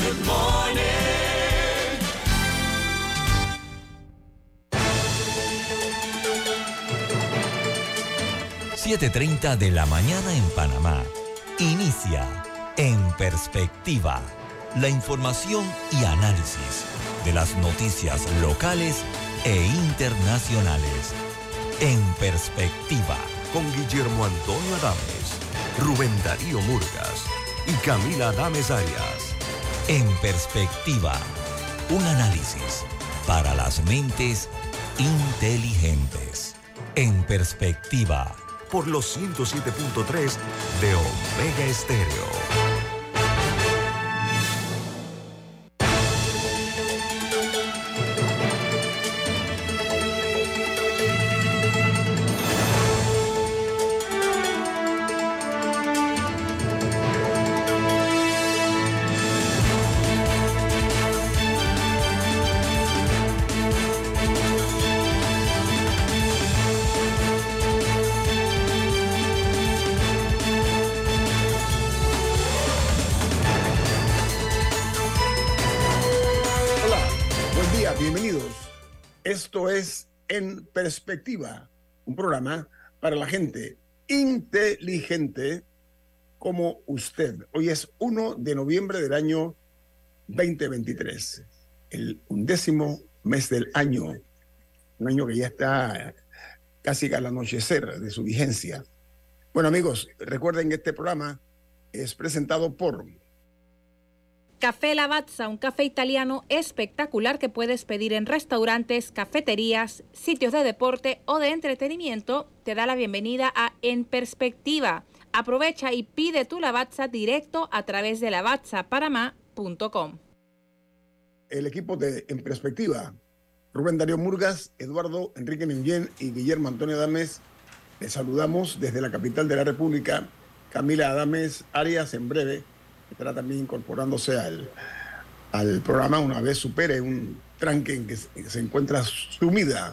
Good morning. 7:30 de la mañana en Panamá. Inicia En Perspectiva. La información y análisis de las noticias locales e internacionales. En Perspectiva. Con Guillermo Antonio Adames, Rubén Darío Murgas y Camila Adames Arias. En Perspectiva. Un análisis para las mentes inteligentes. En Perspectiva. Por los 107.3 de Omega Estéreo. Esto es En Perspectiva, un programa para la gente inteligente como usted. Hoy es 1 de noviembre del año 2023, el 11º mes del año, un año que ya está casi al anochecer de su vigencia. Bueno, amigos, recuerden que este programa es presentado por Café Lavazza, un café italiano espectacular que puedes pedir en restaurantes, cafeterías, sitios de deporte o de entretenimiento. Te da la bienvenida a En Perspectiva. Aprovecha y pide tu Lavazza directo a través de lavazzapanamá.com. El equipo de En Perspectiva, Rubén Darío Murgas, Eduardo Enrique Nenguén y Guillermo Antonio Adames. Les saludamos desde la capital de la República. Camila Adames Arias en breve estará también incorporándose al programa una vez supere un tranque en que se encuentra sumida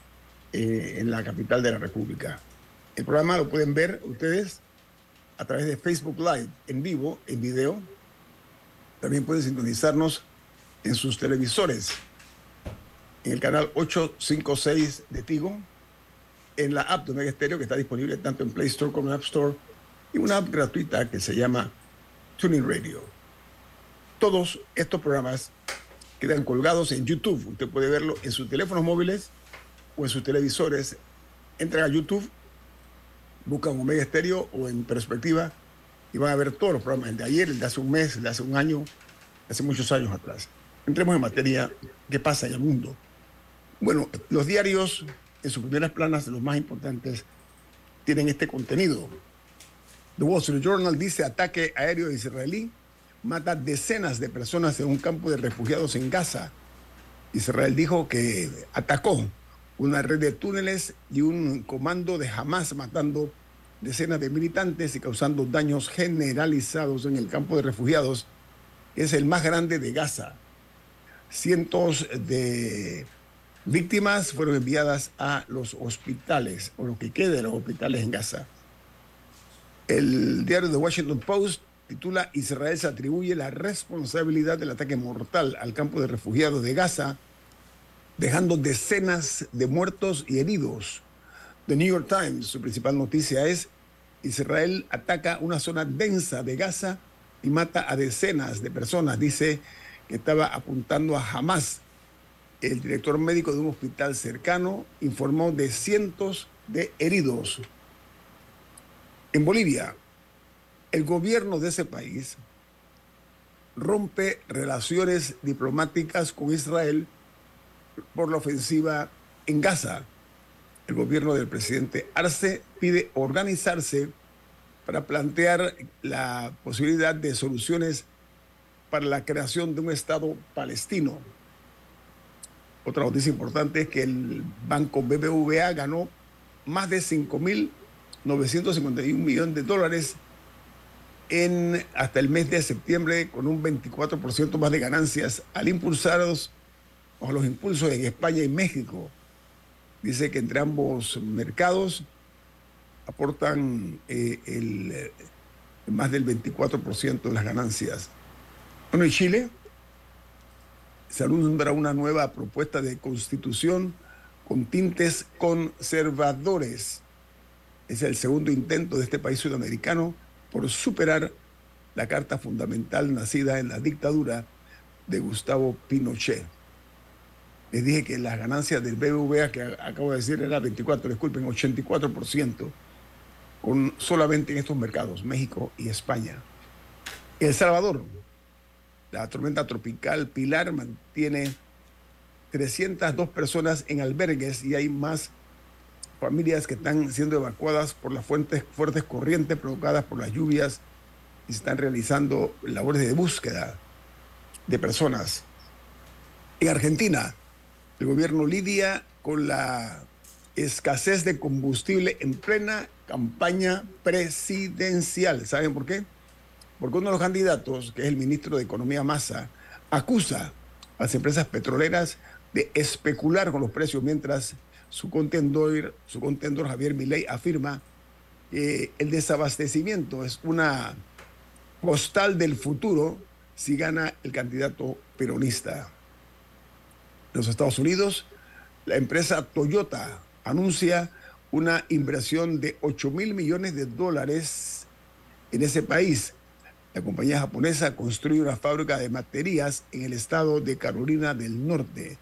en la capital de la República. El programa lo pueden ver ustedes a través de Facebook Live, en vivo, en video. También pueden sintonizarnos en sus televisores, en el canal 856 de Tigo, en la app de Omega Estéreo, que está disponible tanto en Play Store como en App Store, y una app gratuita que se llama Tuning Radio. Todos estos programas quedan colgados en YouTube. Usted puede verlo en sus teléfonos móviles o en sus televisores. Entran a YouTube, buscan Omega Estéreo o En Perspectiva y van a ver todos los programas, el de ayer, el de hace un mes, el de hace un año, de hace muchos años atrás. Entremos en materia. ¿Qué pasa en el mundo? Bueno, los diarios en sus primeras planas, los más importantes, tienen este contenido. The Wall Street Journal dice: ataque aéreo israelí mata decenas de personas en un campo de refugiados en Gaza. Israel dijo que atacó una red de túneles y un comando de Hamas, matando decenas de militantes y causando daños generalizados en el campo de refugiados, que es el más grande de Gaza. Cientos de víctimas fueron enviadas a los hospitales, o lo que quede de los hospitales en Gaza. El diario The Washington Post titula: Israel se atribuye la responsabilidad del ataque mortal al campo de refugiados de Gaza, dejando decenas de muertos y heridos. The New York Times, su principal noticia es: Israel ataca una zona densa de Gaza y mata a decenas de personas. Dice que estaba apuntando a Hamas. El director médico de un hospital cercano informó de cientos de heridos. En Bolivia, el gobierno de ese país rompe relaciones diplomáticas con Israel por la ofensiva en Gaza. El gobierno del presidente Arce pide organizarse para plantear la posibilidad de soluciones para la creación de un Estado palestino. Otra noticia importante es que el banco BBVA ganó más de 5.951 millones de dólares hasta el mes de septiembre, con un 24% más de ganancias al impulsados bajo los impulsos en España y México. Dice que entre ambos mercados aportan más del 24% de las ganancias. Bueno, y Chile, se alumbra una nueva propuesta de constitución con tintes conservadores. Es el segundo intento de este país sudamericano por superar la Carta Fundamental nacida en la dictadura de Gustavo Pinochet. Les dije que las ganancias del BBVA, que acabo de decir, era 84%, con solamente en estos mercados, México y España. El Salvador, la tormenta tropical Pilar mantiene 302 personas en albergues y hay más familias que están siendo evacuadas por las fuertes corrientes provocadas por las lluvias y se están realizando labores de búsqueda de personas. En Argentina, el gobierno lidia con la escasez de combustible en plena campaña presidencial. ¿Saben por qué? Porque uno de los candidatos, que es el ministro de Economía Massa, acusa a las empresas petroleras de especular con los precios, mientras su contendor Javier Milei afirma que el desabastecimiento es una postal del futuro si gana el candidato peronista. En los Estados Unidos, la empresa Toyota anuncia una inversión de $8,000 millones en ese país. La compañía japonesa construye una fábrica de baterías en el estado de Carolina del Norte.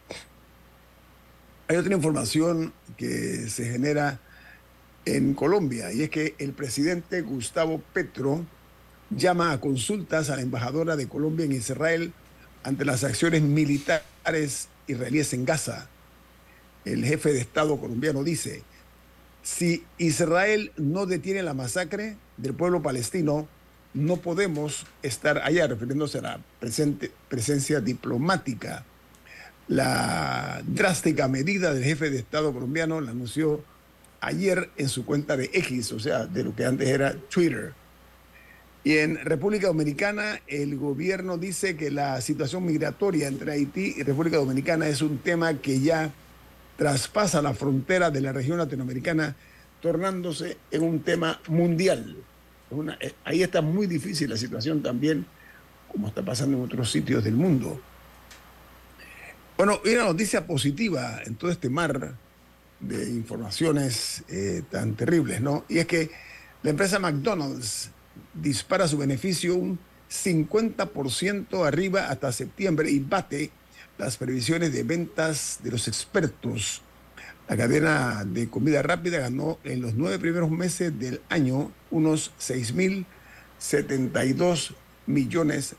Hay otra información que se genera en Colombia, y es que el presidente Gustavo Petro llama a consultas a la embajadora de Colombia en Israel ante las acciones militares israelíes en Gaza. El jefe de Estado colombiano dice: si Israel no detiene la masacre del pueblo palestino, no podemos estar allá, refiriéndose a la presencia diplomática. La drástica medida del jefe de Estado colombiano la anunció ayer en su cuenta de X, o sea, de lo que antes era Twitter. Y en República Dominicana, el gobierno dice que la situación migratoria entre Haití y República Dominicana es un tema que ya traspasa la frontera de la región latinoamericana, tornándose en un tema mundial. Ahí está muy difícil la situación también, como está pasando en otros sitios del mundo. Bueno, y una noticia positiva en todo este mar de informaciones tan terribles, ¿no? Y es que la empresa McDonald's dispara su beneficio un 50% arriba hasta septiembre y bate las previsiones de ventas de los expertos. La cadena de comida rápida ganó en los 9 primeros meses del año unos $6,072 millones.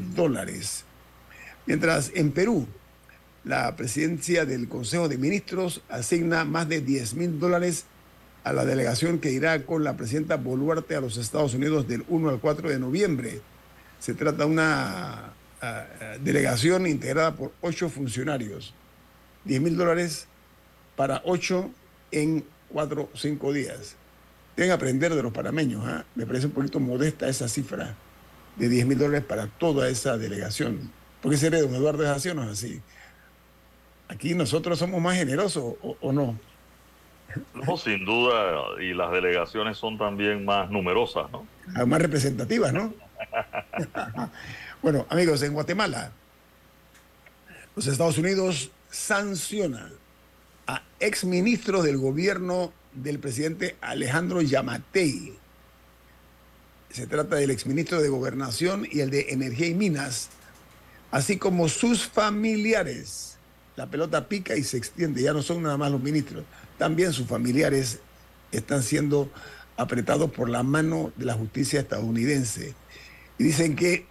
Mientras en Perú, la presidencia del Consejo de Ministros asigna más de $10,000 a la delegación que irá con la presidenta Boluarte a los Estados Unidos del 1 al 4 de noviembre. Se trata de una delegación integrada por 8 funcionarios. $10,000 para 8 en 4 o 5 días. Deben aprender de los panameños, ¿eh? Me parece un poquito modesta esa cifra de $10,000 para toda esa delegación. ¿Por qué sería don Eduardo es así o no es así? Aquí nosotros somos más generosos, ¿o no? No, sin duda, y las delegaciones son también más numerosas, ¿no? Más representativas, ¿no? Bueno, amigos, en Guatemala, los Estados Unidos sancionan a exministros del gobierno del presidente Alejandro Yamatei. Se trata del exministro de Gobernación y el de Energía y Minas, así como sus familiares. La pelota pica y se extiende, ya no son nada más los ministros, también sus familiares están siendo apretados por la mano de la justicia estadounidense. Y dicen que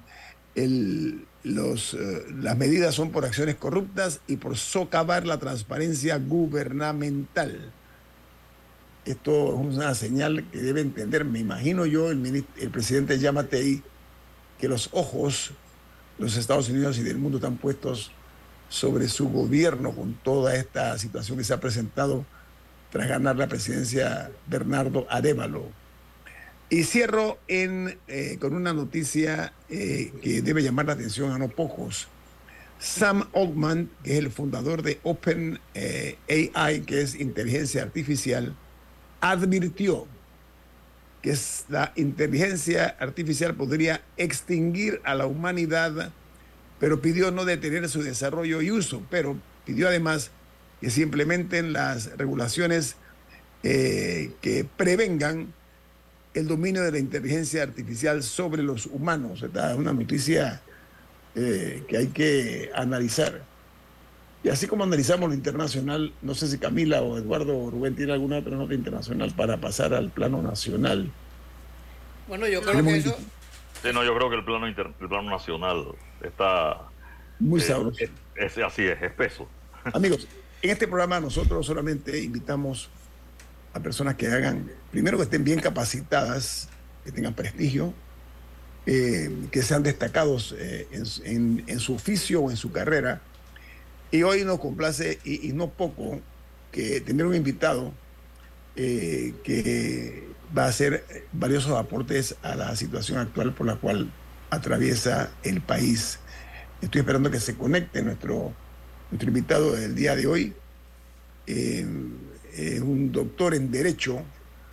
las medidas son por acciones corruptas y por socavar la transparencia gubernamental. Esto es una señal que debe entender, me imagino yo, el presidente Yamatei, que los ojos de los Estados Unidos y del mundo están puestos sobre su gobierno con toda esta situación que se ha presentado tras ganar la presidencia Bernardo Arévalo. Y cierro con una noticia que debe llamar la atención a no pocos. Sam Altman, que es el fundador de OpenAI, que es inteligencia artificial, advirtió que la inteligencia artificial podría extinguir a la humanidad pero pidió no detener su desarrollo y uso, pero pidió además que se implementen las regulaciones que prevengan el dominio de la inteligencia artificial sobre los humanos. Esta es una noticia que hay que analizar. Y así como analizamos lo internacional, no sé si Camila o Eduardo o Rubén tiene alguna otra nota internacional para pasar al plano nacional. Bueno, yo creo que eso... Sí, no, yo creo que el plano nacional está... Muy sabroso. Así es, espeso. Amigos, en este programa nosotros solamente invitamos a personas que hagan, primero que estén bien capacitadas, que tengan prestigio, que sean destacados en su oficio o en su carrera. Y hoy nos complace, y no poco, que tener un invitado que va a hacer valiosos aportes a la situación actual por la cual atraviesa el país. Estoy esperando que se conecte nuestro invitado del día de hoy. Un doctor en Derecho.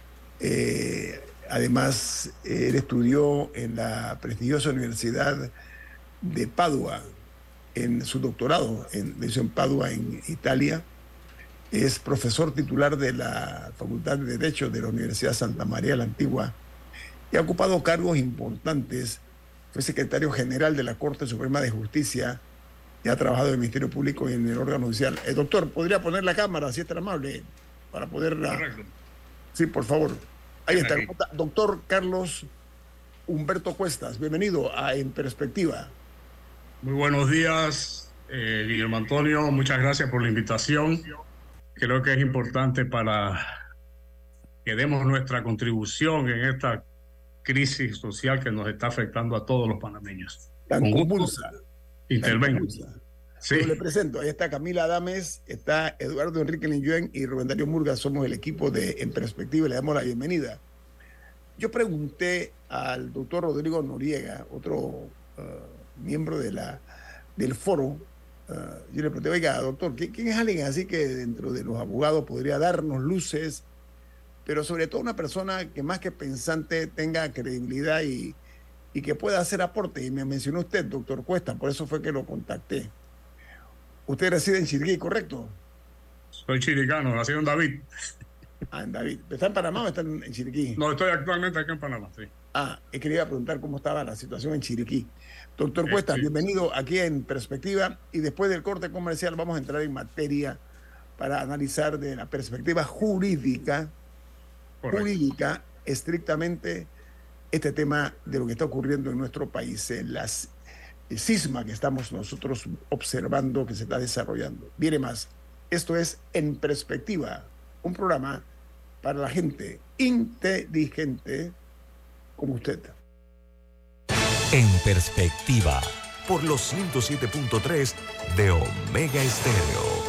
Además, él estudió en la prestigiosa Universidad de Padua, en su doctorado, lo hizo en Padua, en Italia. Es profesor titular de la Facultad de Derecho de la Universidad Santa María la Antigua y ha ocupado cargos importantes. Fue secretario general de la Corte Suprema de Justicia y ha trabajado en el Ministerio Público y en el órgano judicial. Doctor, ¿podría poner la cámara, si es tan amable, para poderla...? Correcto. Sí, por favor. Ahí está. Aquí. Doctor Carlos Humberto Cuestas, bienvenido a En Perspectiva. Muy buenos días, Guillermo Antonio. Muchas gracias por la invitación. Creo que es importante para que demos nuestra contribución en esta crisis social que nos está afectando a todos los panameños. Tan Con gusto, convulsa. intervengo. Sí. Yo le presento, ahí está Camila Adames, está Eduardo Enrique Linjuen y Rubén Darío Murgas. Somos el equipo de En Perspectiva y le damos la bienvenida. Yo pregunté al doctor Rodrigo Noriega, otro miembro del foro. Yo le pregunté, oiga, doctor, ¿quién es alguien así que dentro de los abogados podría darnos luces, pero sobre todo una persona que más que pensante tenga credibilidad y que pueda hacer aporte? Y me mencionó usted, doctor Cuesta, por eso fue que lo contacté. Usted reside en Chiriquí, ¿correcto? Soy chiricano, nacido en David. Ah, en David. ¿Está en Panamá o está en Chiriquí? No, estoy actualmente aquí en Panamá, sí. Es que le iba a preguntar cómo estaba la situación en Chiriquí. Doctor Cuesta, sí. Bienvenido aquí en Perspectiva, y después del corte comercial vamos a entrar en materia para analizar de la perspectiva jurídica, estrictamente este tema de lo que está ocurriendo en nuestro país, el cisma que estamos nosotros observando que se está desarrollando. Viene más. Esto es En Perspectiva, un programa para la gente inteligente como usted. En Perspectiva. Por los 107.3 de Omega Estéreo.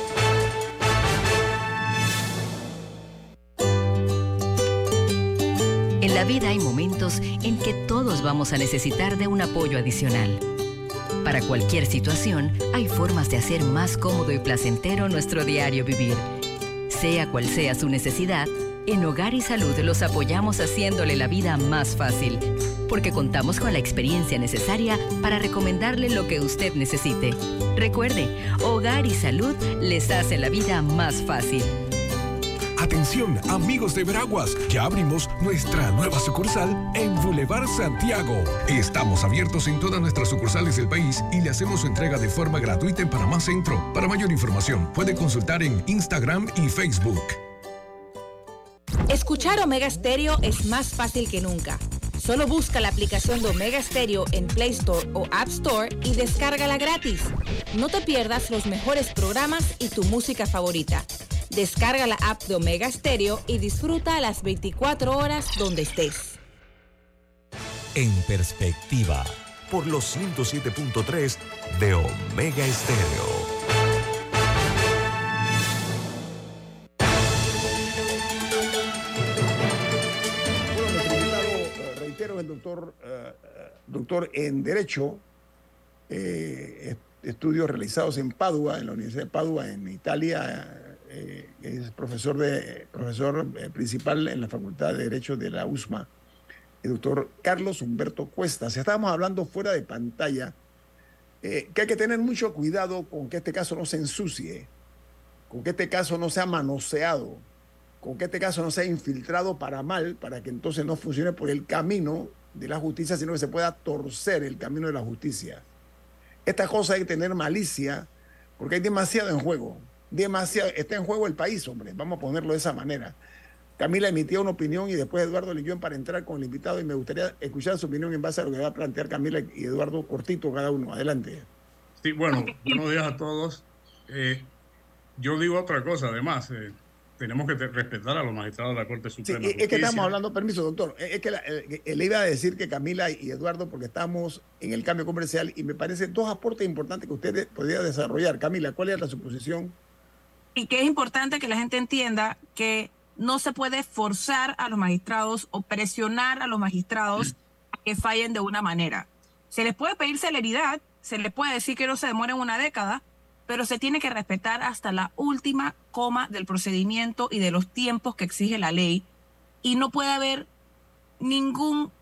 En la vida hay momentos en que todos vamos a necesitar de un apoyo adicional. Para cualquier situación, hay formas de hacer más cómodo y placentero nuestro diario vivir. Sea cual sea su necesidad, en Hogar y Salud los apoyamos haciéndole la vida más fácil, porque contamos con la experiencia necesaria para recomendarle lo que usted necesite. Recuerde, Hogar y Salud les hace la vida más fácil. Atención, amigos de Veraguas, ya abrimos nuestra nueva sucursal en Boulevard Santiago. Estamos abiertos en todas nuestras sucursales del país y le hacemos su entrega de forma gratuita en Panamá Centro. Para mayor información, puede consultar en Instagram y Facebook. Escuchar Omega Stereo es más fácil que nunca. Solo busca la aplicación de Omega Stereo en Play Store o App Store y descárgala gratis. No te pierdas los mejores programas y tu música favorita. Descarga la app de Omega Stereo y disfruta las 24 horas donde estés. En Perspectiva. Por los 107.3 de Omega Estéreo. El doctor en Derecho, estudios realizados en Padua, en la Universidad de Padua, en Italia. Es profesor principal en la Facultad de Derecho de la USMA, el doctor Carlos Humberto Cuestas. Estábamos hablando fuera de pantalla que hay que tener mucho cuidado con que este caso no se ensucie, con que este caso no sea manoseado, con que este caso no sea infiltrado para mal, para que entonces no funcione por el camino de la justicia, sino que se pueda torcer el camino de la justicia. Esta cosa hay que tener malicia, porque hay demasiado en juego. Demasiado. Está en juego el país, hombre. Vamos a ponerlo de esa manera. Camila emitía una opinión y después Eduardo Lillón para entrar con el invitado, y me gustaría escuchar su opinión en base a lo que va a plantear Camila y Eduardo, cortito cada uno. Adelante. Sí, bueno, buenos días a todos. Yo digo otra cosa, además. Tenemos que respetar a los magistrados de la Corte Suprema. Sí, es que estamos hablando, permiso, doctor, es que le iba a decir que Camila y Eduardo, porque estamos en el cambio comercial, y me parece dos aportes importantes que ustedes podrían desarrollar. Camila, ¿cuál es la suposición? Y que es importante que la gente entienda que no se puede forzar a los magistrados o presionar a los magistrados a que fallen de una manera. Se les puede pedir celeridad, se les puede decir que no se demoren una década, pero se tiene que respetar hasta la última coma del procedimiento y de los tiempos que exige la ley. Y no puede haber no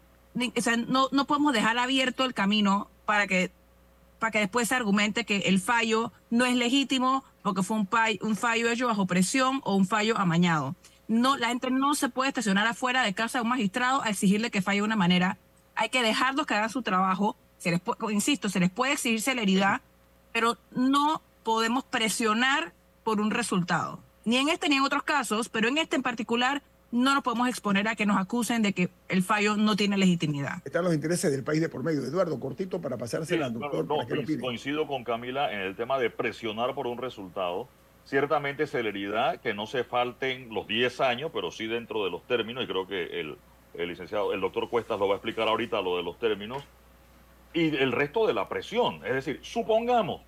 podemos dejar abierto el camino para que después se argumente que el fallo no es legítimo porque fue un fallo hecho bajo presión o un fallo amañado. No, la gente no se puede estacionar afuera de casa de un magistrado a exigirle que falle de una manera. Hay que dejarlos que hagan su trabajo. Insisto, se les puede exigir celeridad, pero no podemos presionar por un resultado. Ni en este ni en otros casos, pero en este en particular no nos podemos exponer a que nos acusen de que el fallo no tiene legitimidad. Están los intereses del país de por medio. Eduardo, cortito para pasársela al doctor. No, coincido con Camila en el tema de presionar por un resultado. Ciertamente celeridad, que no se falten los 10 años, pero sí dentro de los términos, y creo que el doctor Cuestas lo va a explicar ahorita, lo de los términos, y el resto de la presión. Es decir, supongamos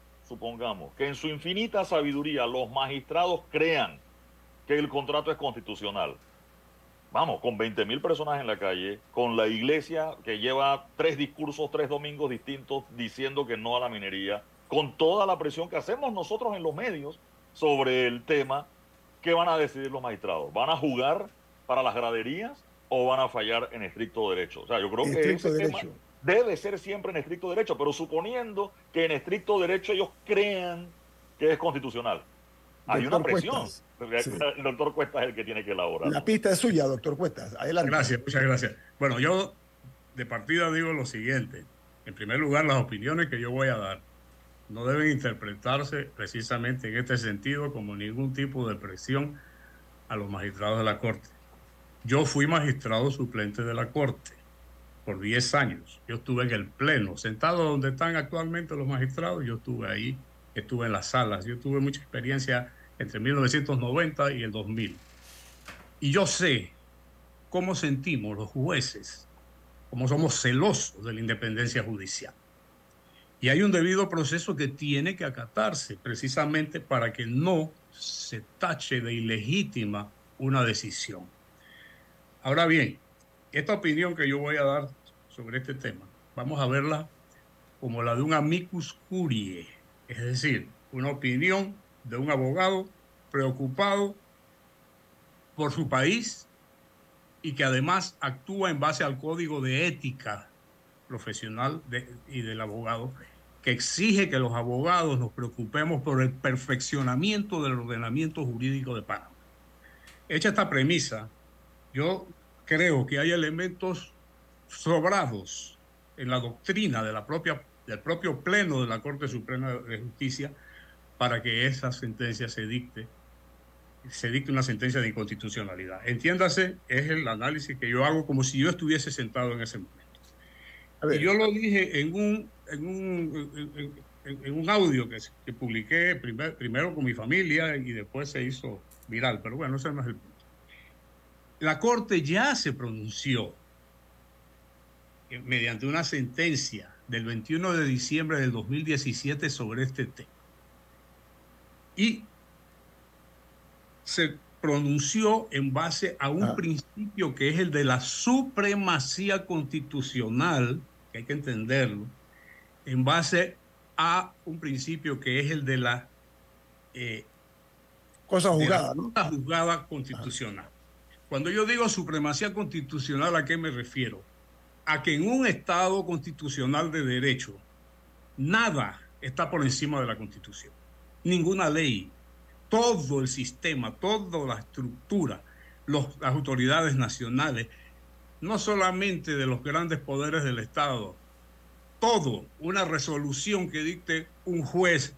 que en su infinita sabiduría los magistrados crean que el contrato es constitucional. Vamos, con 20.000 personas en la calle, con la iglesia que lleva 3 discursos, 3 domingos distintos diciendo que no a la minería, con toda la presión que hacemos nosotros en los medios sobre el tema, ¿qué van a decidir los magistrados? ¿Van a jugar para las graderías o van a fallar en estricto derecho? O sea, yo creo que ese tema debe ser siempre en estricto derecho, pero suponiendo que en estricto derecho ellos crean que es constitucional. Hay una presión. El doctor Cuestas es el que tiene que elaborar. La pista es suya, doctor Cuestas. Adelante. Gracias, muchas gracias. Bueno, yo de partida digo lo siguiente. En primer lugar, las opiniones que yo voy a dar no deben interpretarse precisamente en este sentido como ningún tipo de presión a los magistrados de la Corte. Yo fui magistrado suplente de la Corte por 10 años. Yo estuve en el pleno, sentado donde están actualmente los magistrados. Yo estuve ahí, estuve en las salas. Yo tuve mucha experiencia entre 1990 y el 2000. Y yo sé cómo sentimos los jueces, cómo somos celosos de la independencia judicial. Y hay un debido proceso que tiene que acatarse precisamente para que no se tache de ilegítima una decisión. Ahora bien, esta opinión que yo voy a dar sobre este tema, vamos a verla como la de un amicus curiae, es decir, una opinión de un abogado preocupado por su país y que además actúa en base al código de ética profesional y del abogado, que exige que los abogados nos preocupemos por el perfeccionamiento del ordenamiento jurídico de Panamá. Hecha esta premisa, yo creo que hay elementos sobrados en la doctrina del propio Pleno de la Corte Suprema de Justicia para que esa sentencia se dicte una sentencia de inconstitucionalidad. Entiéndase, es el análisis que yo hago como si yo estuviese sentado en ese momento. Y yo lo dije en un audio que publiqué primero con mi familia y después se hizo viral, pero bueno, ese no es el punto. La Corte ya se pronunció mediante una sentencia del 21 de diciembre del 2017 sobre este tema. Y se pronunció en base a un principio que es el de la supremacía constitucional, que hay que entenderlo, en base a un principio que es el de la cosa juzgada, ¿no? Cosa juzgada constitucional. Cuando yo digo supremacía constitucional, ¿a qué me refiero? A que en un Estado constitucional de derecho Nada está por encima de la Constitución. Ninguna ley. Todo el sistema, toda la estructura, las autoridades nacionales, no solamente de los grandes poderes del Estado, todo, una resolución que dicte un juez,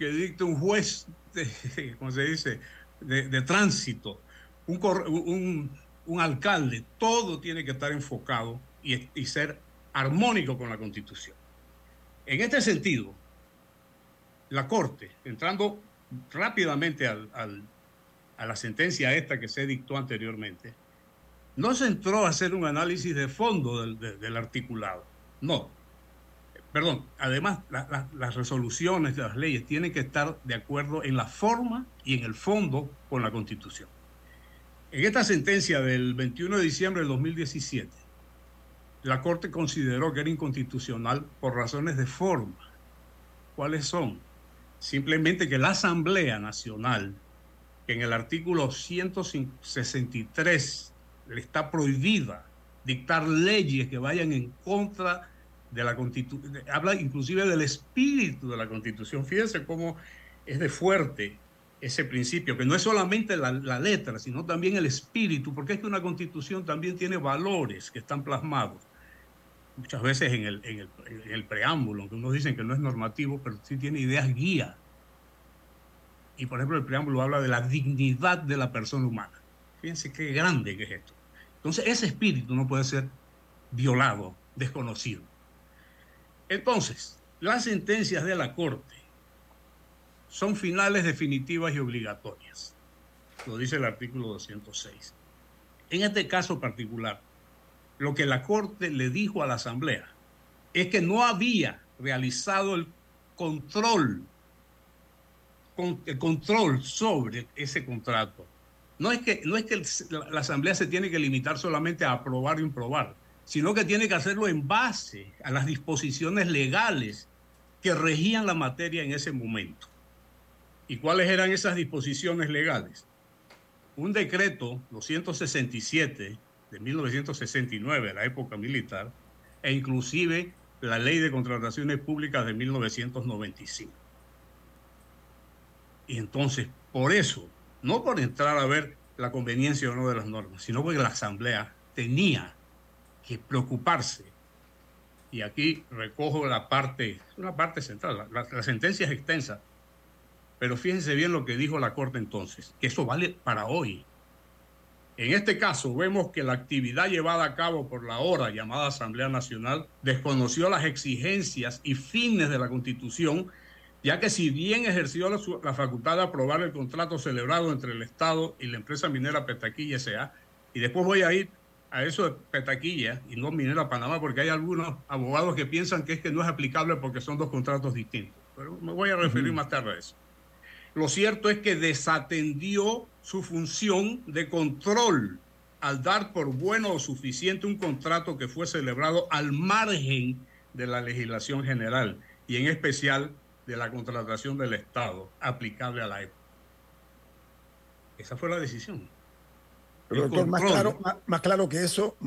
¿cómo se dice?, de tránsito, un alcalde, todo tiene que estar enfocado y ser armónico con la Constitución. En este sentido, la Corte, entrando rápidamente a la sentencia esta que se dictó anteriormente, no se entró a hacer un análisis de fondo del articulado. No. Perdón, además las resoluciones de las leyes tienen que estar de acuerdo en la forma y en el fondo con la Constitución. En esta sentencia del 21 de diciembre del 2017, la Corte consideró que era inconstitucional por razones de forma. ¿Cuáles son? Simplemente que la Asamblea Nacional, que en el artículo 163 le está prohibida dictar leyes que vayan en contra de la Constitución, habla inclusive del espíritu de la Constitución. Fíjense cómo es de fuerte ese principio, que no es solamente la letra, sino también el espíritu, porque es que una Constitución también tiene valores que están plasmados muchas veces en el preámbulo, aunque unos dicen que no es normativo, pero sí tiene ideas guía. Y por ejemplo el preámbulo habla de la dignidad de la persona humana. Fíjense qué grande que es esto. Entonces ese espíritu no puede ser violado, desconocido. Entonces, las sentencias de la Corte son finales, definitivas y obligatorias. Lo dice el artículo 206. En este caso particular, lo que la Corte le dijo a la Asamblea es que no había realizado el control sobre ese contrato. No es que la Asamblea se tiene que limitar solamente a aprobar y improbar, sino que tiene que hacerlo en base a las disposiciones legales que regían la materia en ese momento. ¿Y cuáles eran esas disposiciones legales? Un decreto 267 de 1969, la época militar, e inclusive la Ley de Contrataciones Públicas de 1995. Y entonces, por eso, no por entrar a ver la conveniencia o no de las normas, sino porque la Asamblea tenía que preocuparse. Y aquí recojo una parte central. La sentencia es extensa, pero fíjense bien lo que dijo la Corte entonces, que eso vale para hoy. En este caso, vemos que la actividad llevada a cabo por la ahora llamada Asamblea Nacional desconoció las exigencias y fines de la Constitución, ya que si bien ejerció la facultad de aprobar el contrato celebrado entre el Estado y la empresa minera Petaquilla S.A., y después voy a ir a eso de Petaquilla y no Minera Panamá, porque hay algunos abogados que piensan que es que no es aplicable porque son dos contratos distintos. Pero me voy a referir más tarde a eso. Lo cierto es que desatendió su función de control al dar por bueno o suficiente un contrato que fue celebrado al margen de la legislación general y en especial de la contratación del Estado aplicable a la época. Esa fue la decisión. Pero doctor, más claro que eso.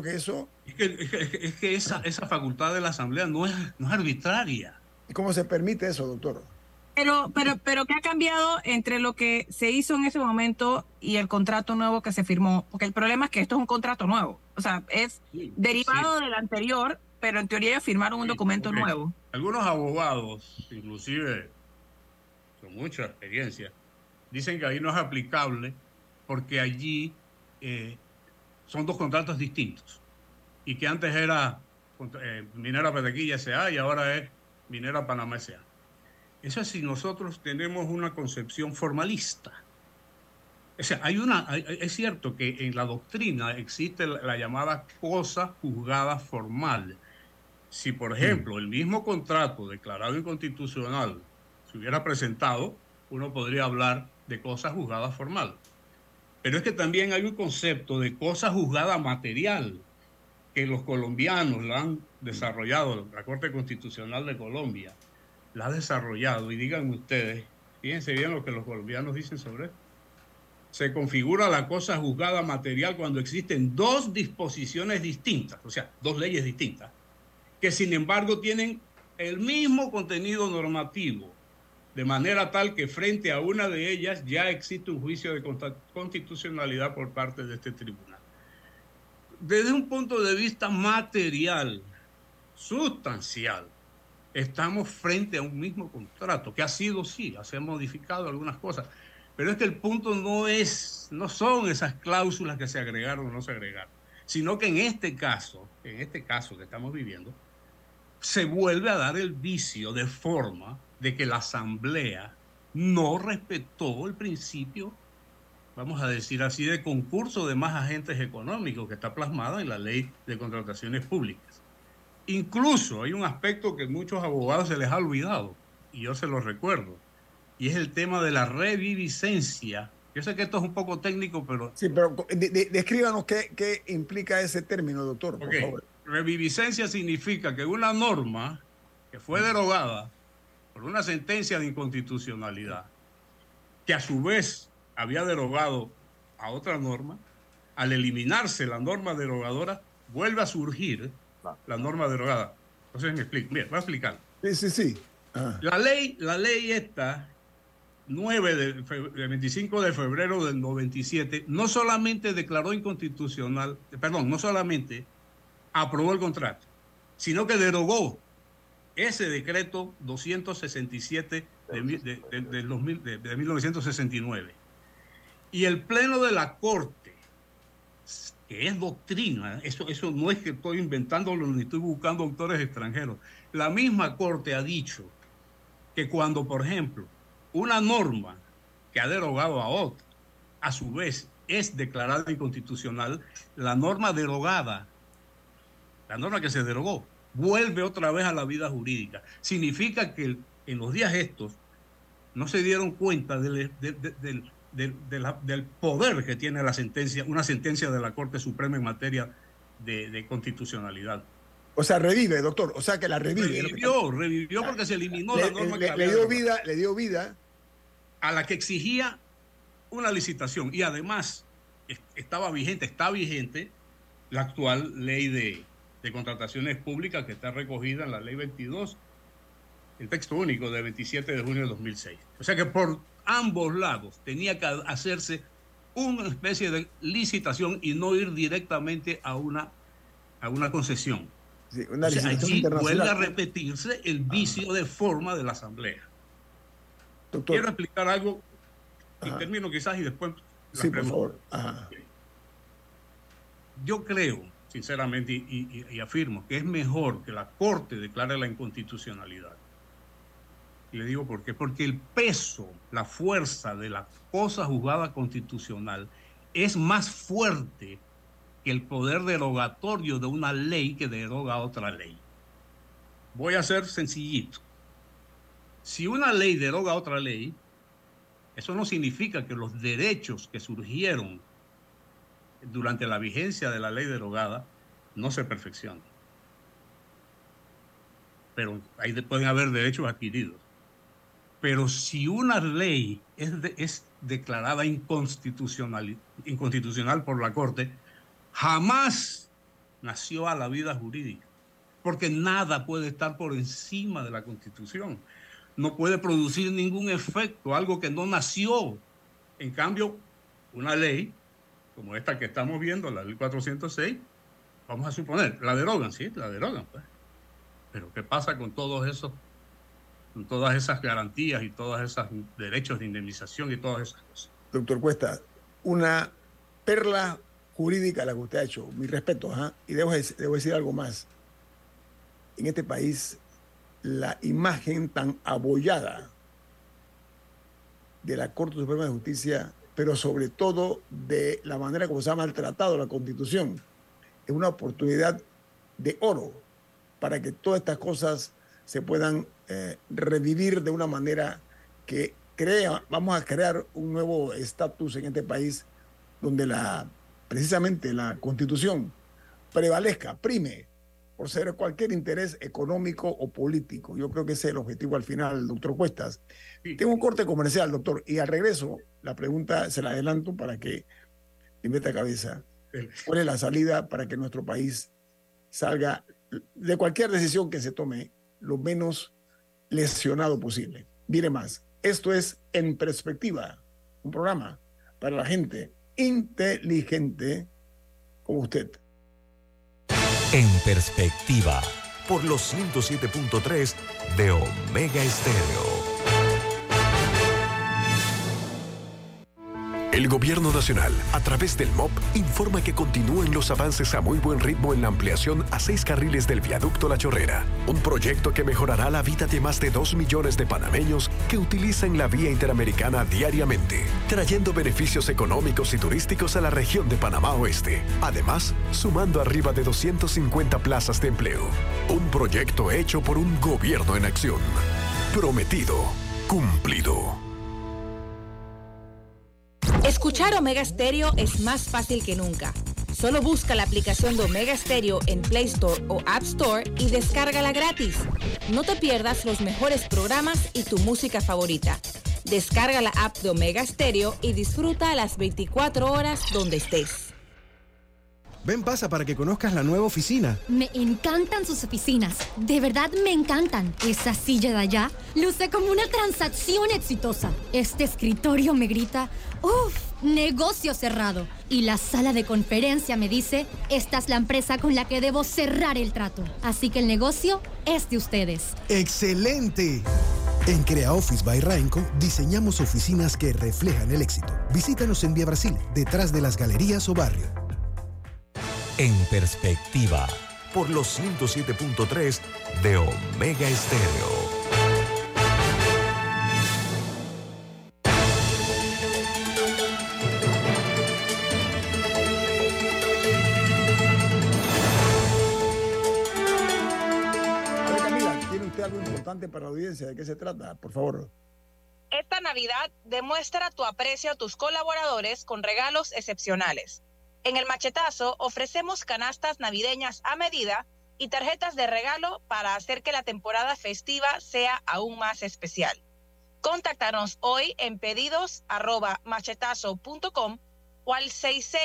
Es que esa facultad de la Asamblea no es arbitraria. ¿Y cómo se permite eso, doctor? Pero ¿qué ha cambiado entre lo que se hizo en ese momento y el contrato nuevo que se firmó? Porque el problema es que esto es un contrato nuevo. O sea, es derivado del anterior, pero en teoría ellos firmaron un documento nuevo. Algunos abogados, inclusive con mucha experiencia, dicen que ahí no es aplicable porque allí son dos contratos distintos. Y que antes era Minera Petaquilla S.A. y ahora es Minera Panamá S.A. Eso es si nosotros tenemos una concepción formalista. O sea, es cierto que en la doctrina existe la llamada cosa juzgada formal. Si, por ejemplo, el mismo contrato declarado inconstitucional se hubiera presentado, uno podría hablar de cosa juzgada formal. Pero es que también hay un concepto de cosa juzgada material que los colombianos la han desarrollado, la Corte Constitucional de Colombia la ha desarrollado, y díganme ustedes, fíjense bien lo que los colombianos dicen sobre esto. Se configura la cosa juzgada material cuando existen dos disposiciones distintas, o sea, dos leyes distintas, que sin embargo tienen el mismo contenido normativo, de manera tal que frente a una de ellas ya existe un juicio de constitucionalidad por parte de este tribunal. Desde un punto de vista material, sustancial, estamos frente a un mismo contrato, que ha sido, sí, se han modificado algunas cosas, pero es que el punto no son esas cláusulas que se agregaron o no se agregaron, sino que en este caso que estamos viviendo, se vuelve a dar el vicio de forma de que la Asamblea no respetó el principio, vamos a decir así, de concurso de más agentes económicos que está plasmado en la Ley de Contrataciones Públicas. Incluso hay un aspecto que muchos abogados se les ha olvidado, y yo se lo recuerdo, y es el tema de la reviviscencia. Yo sé que esto es un poco técnico, pero... Sí, pero descríbanos qué implica ese término, doctor, por favor. Reviviscencia significa que una norma que fue derogada por una sentencia de inconstitucionalidad, que a su vez había derogado a otra norma, al eliminarse la norma derogadora, vuelve a surgir la norma derogada. Entonces me explico. Mira, voy a explicar. Sí. La ley esta, 25 de febrero del 97, no solamente declaró inconstitucional, no solamente aprobó el contrato, sino que derogó ese decreto 267 de 1969. Y el Pleno de la Corte, que es doctrina, eso no es que estoy inventándolo ni estoy buscando autores extranjeros, la misma Corte ha dicho que cuando, por ejemplo, una norma que ha derogado a otra, a su vez es declarada inconstitucional, la norma derogada, la norma que se derogó, vuelve otra vez a la vida jurídica. Significa que en los días estos no se dieron cuenta del poder que tiene una sentencia de la Corte Suprema en materia de constitucionalidad. O sea, revive, doctor. O sea, que la revive. Revivió porque se eliminó la norma que le dio vida a la que exigía una licitación. Y además está vigente la actual ley de contrataciones públicas que está recogida en la ley 22, el texto único de 27 de junio de 2006. O sea que por ambos lados tenía que hacerse una especie de licitación y no ir directamente a una concesión. Sí, una licitación allí internacional. vuelve a repetirse el vicio de forma de la Asamblea. Doctor. Quiero explicar algo y termino quizás y después... Sí, por favor. Yo creo, sinceramente, y afirmo que es mejor que la Corte declare la inconstitucionalidad. Y le digo por qué. Porque el peso, la fuerza de la cosa juzgada constitucional es más fuerte que el poder derogatorio de una ley que deroga otra ley. Voy a ser sencillito. Si una ley deroga otra ley, eso no significa que los derechos que surgieron durante la vigencia de la ley derogada no se perfeccionen. Pero ahí pueden haber derechos adquiridos. Pero si una ley es declarada inconstitucional por la Corte, jamás nació a la vida jurídica, porque nada puede estar por encima de la Constitución. No puede producir ningún efecto, algo que no nació. En cambio, una ley como esta que estamos viendo, la ley 406, vamos a suponer, la derogan, sí, la derogan, pues. Pero ¿qué pasa con todos esos, con todas esas garantías y todos esos derechos de indemnización y todas esas cosas? Doctor Cuesta, una perla jurídica la que usted ha hecho, mi respeto, y debo decir algo más. En este país, la imagen tan abollada de la Corte Suprema de Justicia, pero sobre todo de la manera como se ha maltratado la Constitución, es una oportunidad de oro para que todas estas cosas se puedan revivir de una manera que vamos a crear un nuevo estatus en este país donde precisamente la Constitución prevalezca, prime por ser cualquier interés económico o político. Yo creo que ese es el objetivo al final, doctor Cuestas. Sí. Tengo un corte comercial, doctor, y al regreso la pregunta se la adelanto para que le meta cabeza. ¿Cuál es la salida para que nuestro país salga de cualquier decisión que se tome lo menos lesionado posible. Viene más. Esto es En Perspectiva, un programa para la gente inteligente como usted. En Perspectiva. Por los 107.3 de Omega Estéreo. El Gobierno Nacional, a través del MOP, informa que continúan los avances a muy buen ritmo en la ampliación a 6 carriles del viaducto La Chorrera, un proyecto que mejorará la vida de más de 2 millones de panameños que utilizan la vía interamericana diariamente, trayendo beneficios económicos y turísticos a la región de Panamá Oeste. Además, sumando arriba de 250 plazas de empleo. Un proyecto hecho por un gobierno en acción. Prometido, cumplido. Escuchar Omega Stereo es más fácil que nunca. Solo busca la aplicación de Omega Stereo en Play Store o App Store y descárgala gratis. No te pierdas los mejores programas y tu música favorita. Descarga la app de Omega Stereo y disfruta a las 24 horas donde estés. Ven, pasa para que conozcas la nueva oficina. Me encantan sus oficinas. De verdad me encantan. Esa silla de allá luce como una transacción exitosa. Este escritorio me grita, ¡uf! Negocio cerrado. Y la sala de conferencia me dice, esta es la empresa con la que debo cerrar el trato. Así que el negocio es de ustedes. ¡Excelente! En CreaOffice by Rainco diseñamos oficinas que reflejan el éxito. Visítanos en Vía Brasil, detrás de las galerías o barrio. En Perspectiva. Por los 107.3 de Omega Estéreo. Camila, ¿tiene usted algo importante para la audiencia? ¿De qué se trata? Por favor. Esta Navidad demuestra tu aprecio a tus colaboradores con regalos excepcionales. En El Machetazo ofrecemos canastas navideñas a medida y tarjetas de regalo para hacer que la temporada festiva sea aún más especial. Contáctanos hoy en pedidos@machetazo.com o al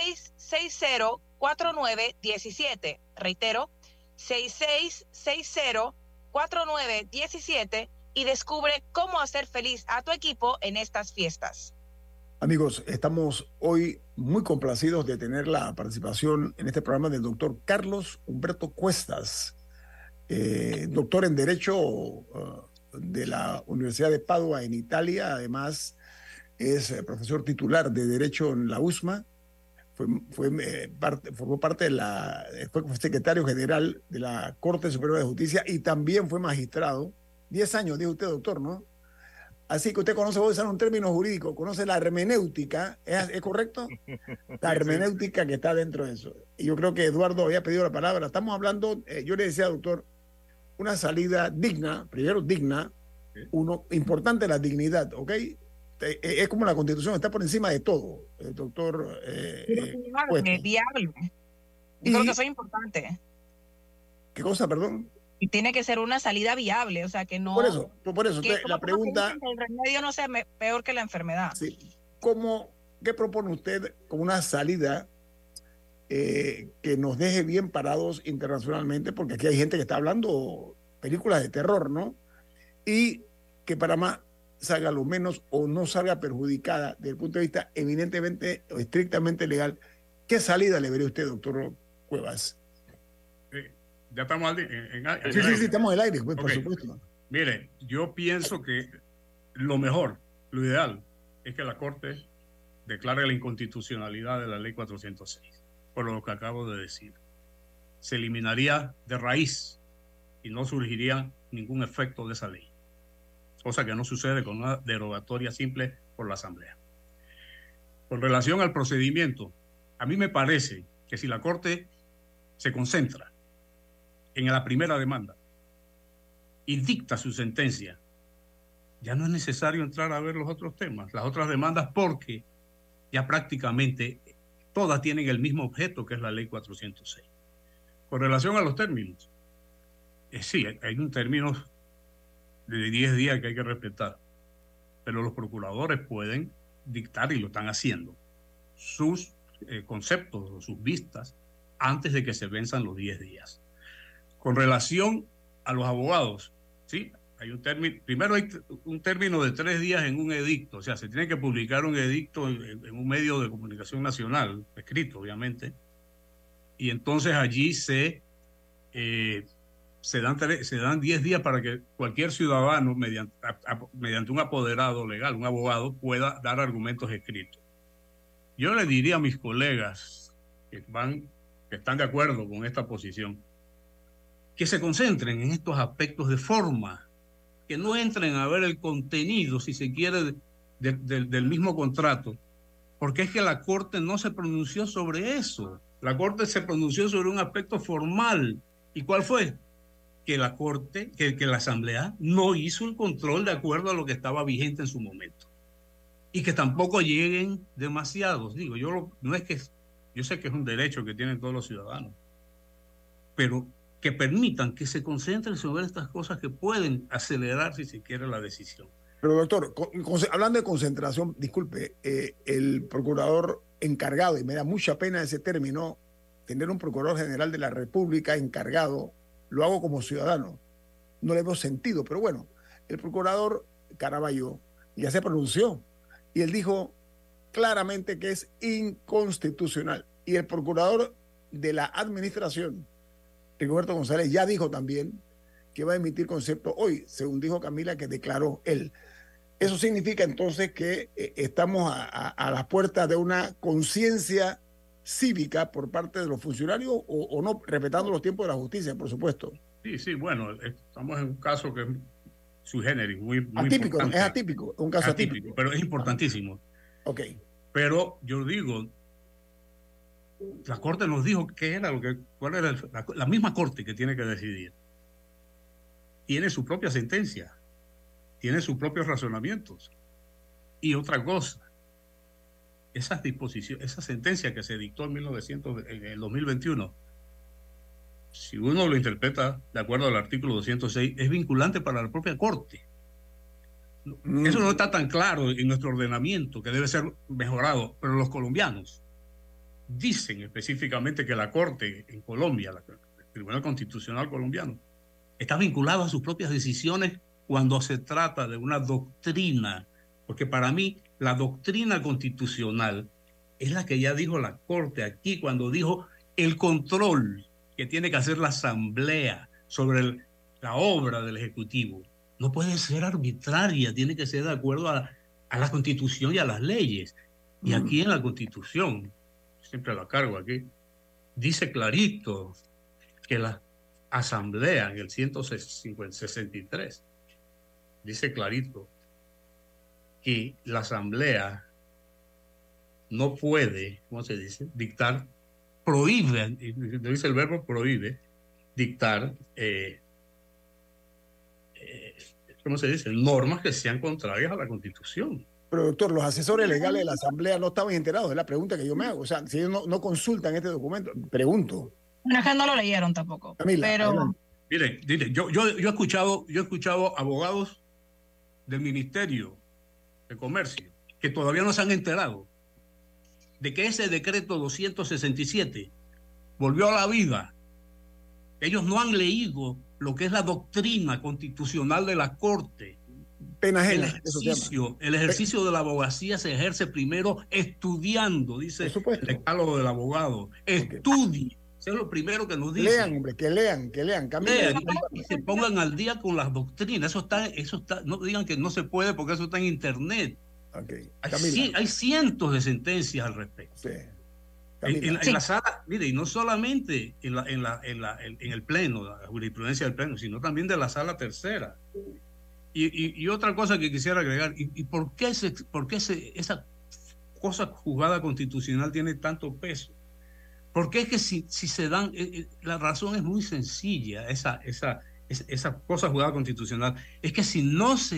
66604917. Reitero, 66604917 y descubre cómo hacer feliz a tu equipo en estas fiestas. Amigos, estamos hoy muy complacidos de tener la participación en este programa del doctor Carlos Humberto Cuestas, doctor en Derecho de la Universidad de Padua en Italia. Además, es profesor titular de Derecho en la USMA. Formó parte fue secretario general de la Corte Superior de Justicia y también fue magistrado. 10 años, dijo usted, doctor, ¿no? Así que usted conoce, voy a usar un término jurídico, conoce la hermenéutica, ¿es correcto? La hermenéutica que está dentro de eso. Y yo creo que Eduardo había pedido la palabra. Estamos hablando, yo le decía, doctor, una salida digna, primero digna, importante la dignidad, ¿ok? Es como la Constitución, está por encima de todo, doctor. Viable. Yo creo que eso es importante. ¿Qué cosa, perdón? Y tiene que ser una salida viable, o sea, que no... Por eso la pregunta... El remedio no sea peor que la enfermedad. Sí. ¿Qué propone usted como una salida que nos deje bien parados internacionalmente? Porque aquí hay gente que está hablando películas de terror, ¿no? Y que Panamá salga lo menos o no salga perjudicada desde el punto de vista eminentemente o estrictamente legal. ¿Qué salida le vería usted, doctor Cuevas? Ya estamos sí, estamos en el aire, pues, por supuesto. Mire, yo pienso que lo mejor, lo ideal, es que la Corte declare la inconstitucionalidad de la Ley 406, por lo que acabo de decir. Se eliminaría de raíz y no surgiría ningún efecto de esa ley, cosa que no sucede con una derogatoria simple por la Asamblea. Con relación al procedimiento, a mí me parece que si la Corte se concentra en la primera demanda y dicta su sentencia, ya no es necesario entrar a ver los otros temas, las otras demandas, porque ya prácticamente todas tienen el mismo objeto, que es la Ley 406. Con relación a los términos, sí, hay un término de 10 días que hay que respetar, pero los procuradores pueden dictar, y lo están haciendo, sus conceptos o sus vistas antes de que se venzan los 10 días. Con relación a los abogados, Sí, hay un término. Primero hay un término de 3 días en un edicto. O sea, se tiene que publicar un edicto en un medio de comunicación nacional, escrito, obviamente. Y entonces allí se dan 10 días para que cualquier ciudadano, mediante un apoderado legal, un abogado, pueda dar argumentos escritos. Yo le diría a mis colegas que están de acuerdo con esta posición, que se concentren en estos aspectos de forma, que no entren a ver el contenido, si se quiere, del mismo contrato, porque es que la Corte no se pronunció sobre eso. La Corte se pronunció sobre un aspecto formal. ¿Y cuál fue? Que la Corte, que la Asamblea no hizo el control de acuerdo a lo que estaba vigente en su momento. Y que tampoco lleguen demasiados. Digo, yo sé que es un derecho que tienen todos los ciudadanos, pero que permitan que se concentren sobre estas cosas que pueden acelerar, si se quiere, la decisión. Pero doctor, hablando de concentración, disculpe, el procurador encargado, y me da mucha pena ese término, tener un procurador general de la República encargado, lo hago como ciudadano, no le veo sentido, pero bueno, el procurador Caraballo ya se pronunció y él dijo claramente que es inconstitucional. Y el procurador de la administración, Rigoberto González, ya dijo también que va a emitir concepto hoy, según dijo Camila, que declaró él. Eso significa entonces que estamos a las puertas de una conciencia cívica por parte de los funcionarios o no, respetando los tiempos de la justicia, por supuesto. Sí, bueno, estamos en un caso que es sui generis, muy atípico, importante. es atípico, es un caso atípico. Pero es importantísimo. Ok. Pero yo digo, la Corte nos dijo cuál era la misma Corte que tiene que decidir. Tiene su propia sentencia, tiene sus propios razonamientos. Y otra cosa, esas disposiciones, esa sentencia que se dictó en el 2021, si uno lo interpreta de acuerdo al artículo 206, es vinculante para la propia Corte. Eso no está tan claro en nuestro ordenamiento, que debe ser mejorado, pero los colombianos dicen específicamente que la Corte en Colombia, el Tribunal Constitucional colombiano, está vinculado a sus propias decisiones cuando se trata de una doctrina, porque para mí la doctrina constitucional es la que ya dijo la Corte aquí cuando dijo el control que tiene que hacer la Asamblea sobre la obra del Ejecutivo. No puede ser arbitraria, tiene que ser de acuerdo a la Constitución y a las leyes. Y aquí en la Constitución, siempre la cargo aquí, dice clarito que la Asamblea, en el 163, dice clarito que la Asamblea no puede, ¿cómo se dice? Dictar, prohíbe, dice el verbo prohíbe, dictar, ¿cómo se dice? Normas que sean contrarias a la Constitución. Pero doctor, los asesores legales de la Asamblea no estaban enterados, es la pregunta que yo me hago. O sea, si ellos no consultan este documento, pregunto. No, es que no lo leyeron tampoco. Camila, pero Mire, yo he escuchado abogados del Ministerio de Comercio que todavía no se han enterado de que ese decreto 267 volvió a la vida. Ellos no han leído lo que es la doctrina constitucional de la Corte. Pena ajena, el ejercicio de la abogacía se ejerce primero estudiando, dice el decálogo del abogado. Estudie. Eso es lo primero que nos dice. Lean, hombre, que lean. Lean y se pongan al día con las doctrinas. Eso está, no digan que no se puede porque eso está en internet. Okay. Hay cientos de sentencias al respecto. Sí. En la sala, mire, y no solamente en el pleno, la jurisprudencia del pleno, sino también de la sala tercera. Y otra cosa que quisiera agregar, ¿y por qué esa cosa juzgada constitucional tiene tanto peso? Porque es que si se dan, la razón es muy sencilla, esa cosa juzgada constitucional, es que si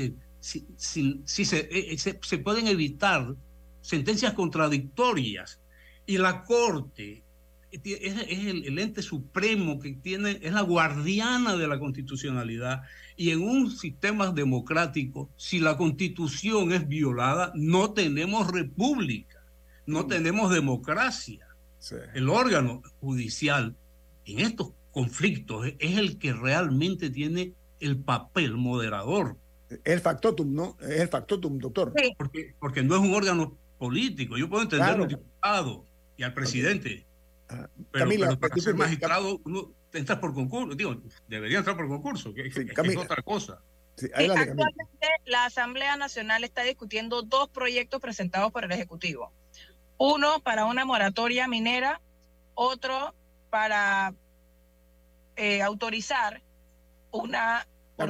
se pueden evitar sentencias contradictorias y la Corte es el ente supremo que es la guardiana de la constitucionalidad, y en un sistema democrático, si la Constitución es violada, no tenemos república, no tenemos democracia. Sí. El órgano judicial en estos conflictos es el que realmente tiene el papel moderador. El factotum, ¿no? Es el factotum, doctor. Sí. Porque no es un órgano político. Yo puedo entender a los diputados y al presidente. Pero, Camila, pero para ser magistrado uno entra por concurso. Digo, debería entrar por concurso, que es otra cosa. Sí, actualmente la Asamblea Nacional está discutiendo 2 proyectos presentados por el Ejecutivo. Uno para una moratoria minera, otro para autorizar una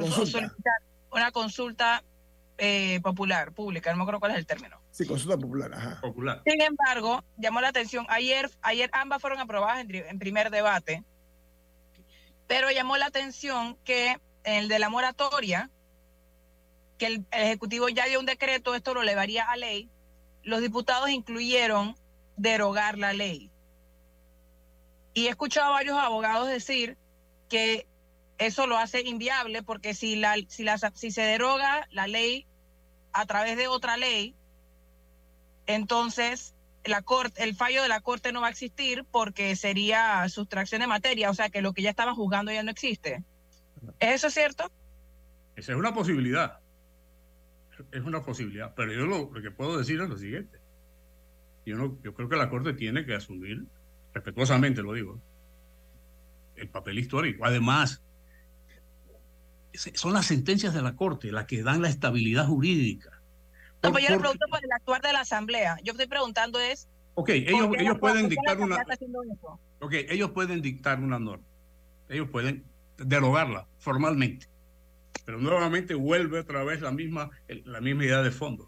consulta popular, pública, no me acuerdo cuál es el término. Sí, consulta popular, ajá. Popular. Sin embargo, llamó la atención, ayer ambas fueron aprobadas en primer debate, pero llamó la atención que el de la moratoria, que el Ejecutivo ya dio un decreto, esto lo elevaría a ley, los diputados incluyeron derogar la ley. Y he escuchado a varios abogados decir que eso lo hace inviable, porque si se deroga la ley a través de otra ley, entonces el fallo de la Corte no va a existir, porque sería sustracción de materia, o sea que lo que ya estaban juzgando ya no existe. ¿Es eso cierto? Esa es una posibilidad. Es una posibilidad. Pero yo lo que puedo decir es lo siguiente. Yo creo que la Corte tiene que asumir, respetuosamente lo digo, el papel histórico. Además, son las sentencias de la Corte las que dan la estabilidad jurídica. No, pues yo le pregunto por el actuar de la Asamblea. Yo estoy preguntando es... Ok, ellos pueden dictar una... Ok, ellos pueden dictar una norma. Ellos pueden derogarla formalmente. Pero nuevamente vuelve otra vez la misma idea de fondo.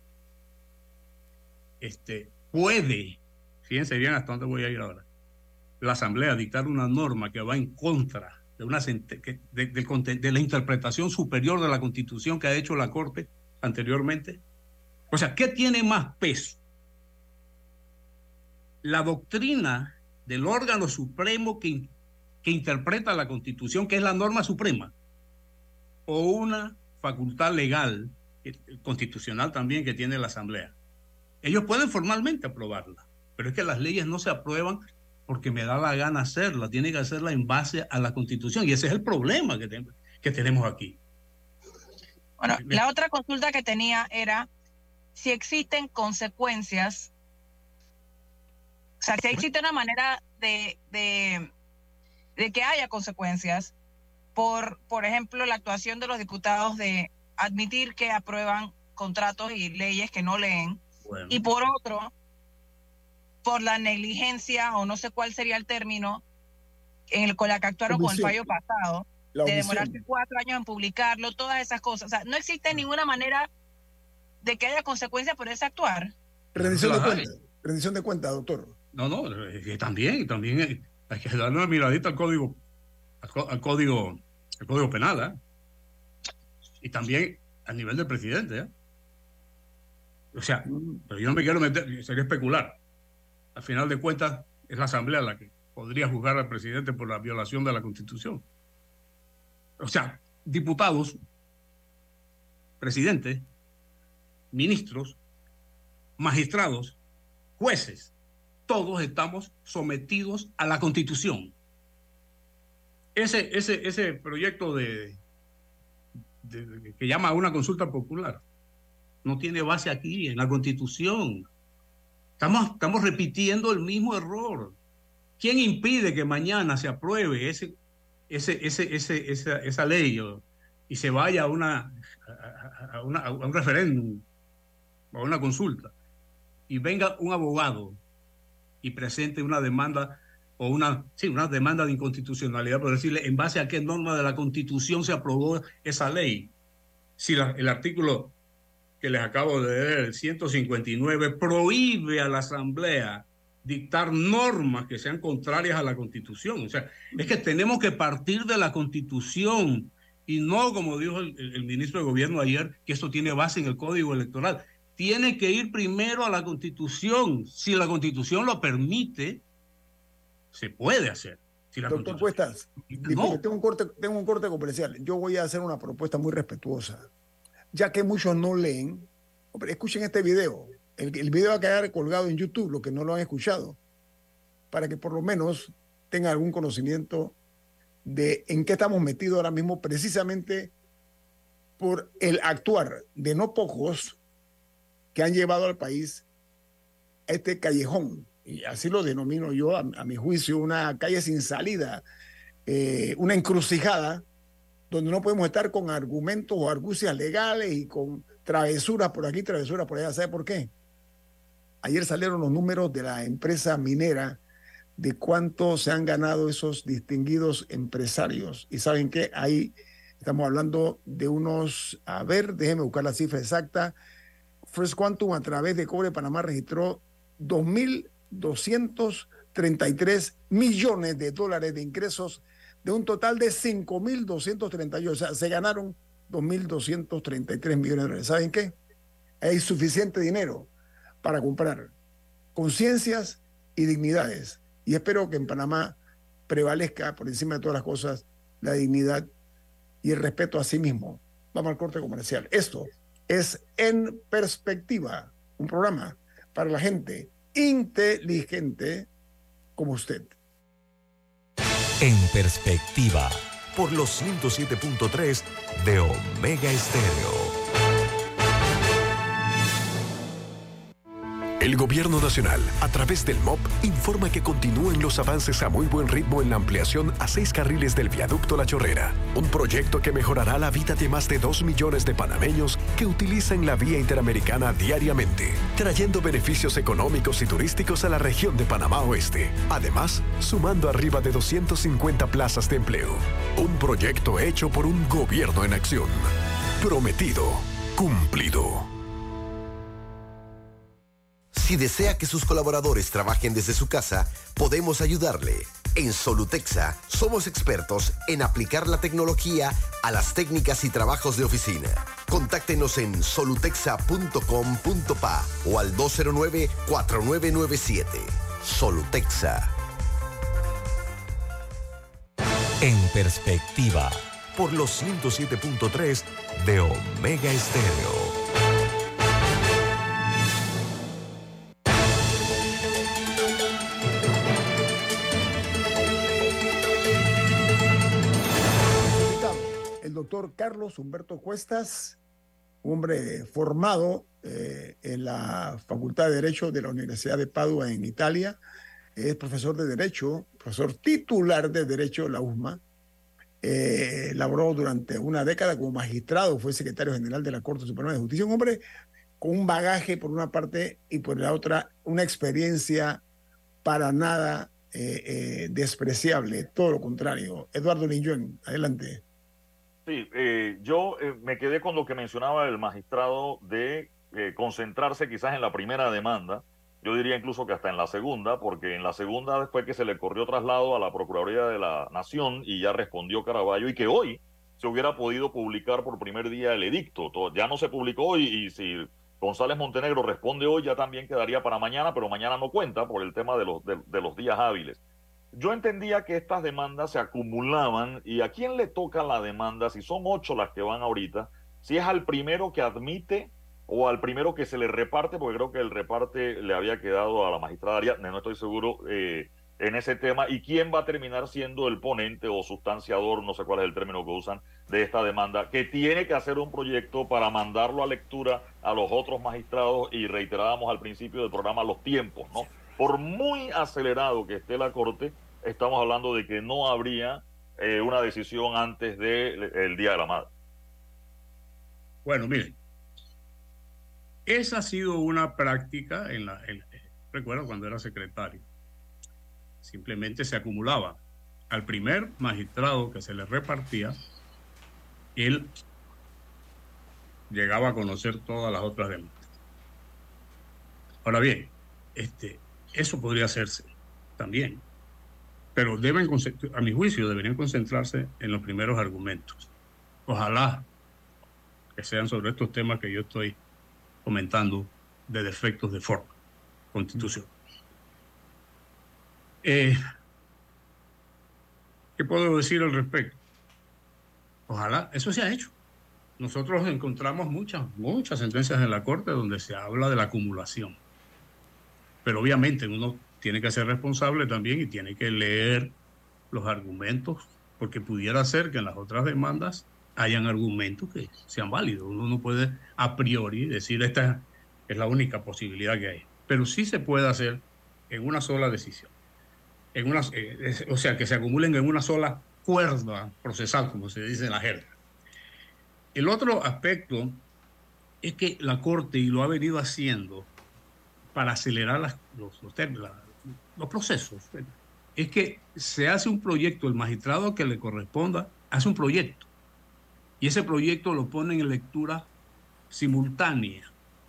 Puede, fíjense bien hasta dónde voy a ir ahora, la Asamblea dictar una norma que va en contra de la interpretación superior de la Constitución que ha hecho la Corte anteriormente. O sea, ¿qué tiene más peso? La doctrina del órgano supremo que interpreta la Constitución, que es la norma suprema, o una facultad legal, constitucional también, que tiene la Asamblea. Ellos pueden formalmente aprobarla, pero es que las leyes no se aprueban porque me da la gana hacerla, tienen que hacerla en base a la Constitución, y ese es el problema que tenemos aquí. Bueno, la otra consulta que tenía era si existen consecuencias, o sea, si existe una manera de que haya consecuencias por ejemplo, la actuación de los diputados de admitir que aprueban contratos y leyes que no leen, y por otro, por la negligencia, o no sé cuál sería el término, con la que actuaron con el fallo pasado, de demorarse 4 años en publicarlo, todas esas cosas. O sea, no existe ninguna manera de que haya consecuencias por ese actuar. Rendición de cuenta, doctor. No, también hay que darle una miradita al código penal, y también a nivel del presidente. O sea, pero yo no me quiero meter, sería especular. Al final de cuentas, es la Asamblea la que podría juzgar al presidente por la violación de la Constitución. O sea, diputados, presidentes, ministros, magistrados, jueces, todos estamos sometidos a la Constitución. Ese proyecto que llama a una consulta popular no tiene base aquí en la Constitución. Estamos repitiendo el mismo error. ¿Quién impide que mañana se apruebe esa ley y se vaya a un referéndum o a una consulta y venga un abogado y presente una demanda o una demanda de inconstitucionalidad, por decirle en base a qué norma de la Constitución se aprobó esa ley? Si el artículo que les acabo de leer, el 159, prohíbe a la Asamblea dictar normas que sean contrarias a la Constitución. O sea, es que tenemos que partir de la Constitución y no, como dijo el ministro de Gobierno ayer, que esto tiene base en el Código Electoral. Tiene que ir primero a la Constitución. Si la Constitución lo permite, se puede hacer. Si Doctor Cuestas, no. tengo un corte comercial. Yo voy a hacer una propuesta muy respetuosa. Ya que muchos no leen, escuchen este video. El video va a quedar colgado en YouTube, los que no lo han escuchado, para que por lo menos tengan algún conocimiento de en qué estamos metidos ahora mismo, precisamente por el actuar de no pocos que han llevado al país a este callejón, y así lo denomino yo, a mi juicio, una calle sin salida, una encrucijada, donde no podemos estar con argumentos o argucias legales y con travesuras por aquí, travesuras por allá. ¿Sabe por qué? Ayer salieron los números de la empresa minera de cuánto se han ganado esos distinguidos empresarios. Y ¿saben qué? Ahí estamos hablando de unos, a ver, déjenme buscar la cifra exacta. First Quantum, a través de Cobre Panamá, registró 2.233 millones de dólares de ingresos de un total de 5.238. O sea, se ganaron 2.233 millones de dólares. ¿Saben qué? Hay suficiente dinero para comprar conciencias y dignidades. Y espero que en Panamá prevalezca por encima de todas las cosas la dignidad y el respeto a sí mismo. Vamos al corte comercial. Esto es En Perspectiva, un programa para la gente inteligente como usted. En Perspectiva. Por los 107.3 de Omega Estéreo. El Gobierno Nacional, a través del MOP, informa que continúan los avances a muy buen ritmo en la ampliación a 6 carriles del viaducto La Chorrera, un proyecto que mejorará la vida de más de 2 millones de panameños que utilizan la vía interamericana diariamente, trayendo beneficios económicos y turísticos a la región de Panamá Oeste. Además, sumando arriba de 250 plazas de empleo. Un proyecto hecho por un gobierno en acción. Prometido, cumplido. Si desea que sus colaboradores trabajen desde su casa, podemos ayudarle. En Solutexa somos expertos en aplicar la tecnología a las técnicas y trabajos de oficina. Contáctenos en solutexa.com.pa o al 209-4997. Solutexa. En Perspectiva. Por los 107.3 de Omega Estéreo. Doctor Carlos Humberto Cuestas, hombre formado en la Facultad de Derecho de la Universidad de Padua en Italia, es profesor de Derecho, profesor titular de Derecho de la USMA, laboró durante una década como magistrado, fue secretario general de la Corte Suprema de Justicia, un hombre con un bagaje por una parte y por la otra una experiencia para nada despreciable, todo lo contrario. Eduardo Linjón, adelante. Sí, yo me quedé con lo que mencionaba el magistrado de concentrarse quizás en la primera demanda, yo diría incluso que hasta en la segunda, porque en la segunda, después que se le corrió traslado a la Procuraduría de la Nación y ya respondió Caraballo, y que hoy se hubiera podido publicar por primer día el edicto, ya no se publicó hoy, y si González Montenegro responde hoy ya también quedaría para mañana, pero mañana no cuenta por el tema de los días hábiles. Yo entendía que estas demandas se acumulaban, y ¿a quién le toca la demanda? Si son 8 las que van ahorita, si es al primero que admite o al primero que se le reparte, porque creo que el reparte le había quedado a la magistrada Ariadne, no estoy seguro en ese tema, y quién va a terminar siendo el ponente o sustanciador, no sé cuál es el término que usan, de esta demanda, que tiene que hacer un proyecto para mandarlo a lectura a los otros magistrados, y reiterábamos al principio del programa los tiempos, ¿no? Por muy acelerado que esté la Corte, estamos hablando de que no habría una decisión antes del Día de la Madre. Bueno, miren, esa ha sido una práctica recuerdo cuando era secretario. Simplemente se acumulaba. Al primer magistrado que se le repartía, él llegaba a conocer todas las otras demandas. Ahora bien, eso podría hacerse también. Pero a mi juicio, deberían concentrarse en los primeros argumentos. Ojalá que sean sobre estos temas que yo estoy comentando de defectos de forma constitucional. ¿Qué puedo decir al respecto? Ojalá eso se ha hecho. Nosotros encontramos muchas sentencias en la Corte donde se habla de la acumulación. Pero obviamente uno tiene que ser responsable también y tiene que leer los argumentos, porque pudiera ser que en las otras demandas hayan argumentos que sean válidos. Uno no puede a priori decir esta es la única posibilidad que hay. Pero sí se puede hacer en una sola decisión. O sea, que se acumulen en una sola cuerda procesal, como se dice en la jerga. El otro aspecto es que la Corte, y lo ha venido haciendo para acelerar los procesos, es que se hace un proyecto, el magistrado que le corresponda hace un proyecto, y ese proyecto lo pone en lectura simultánea,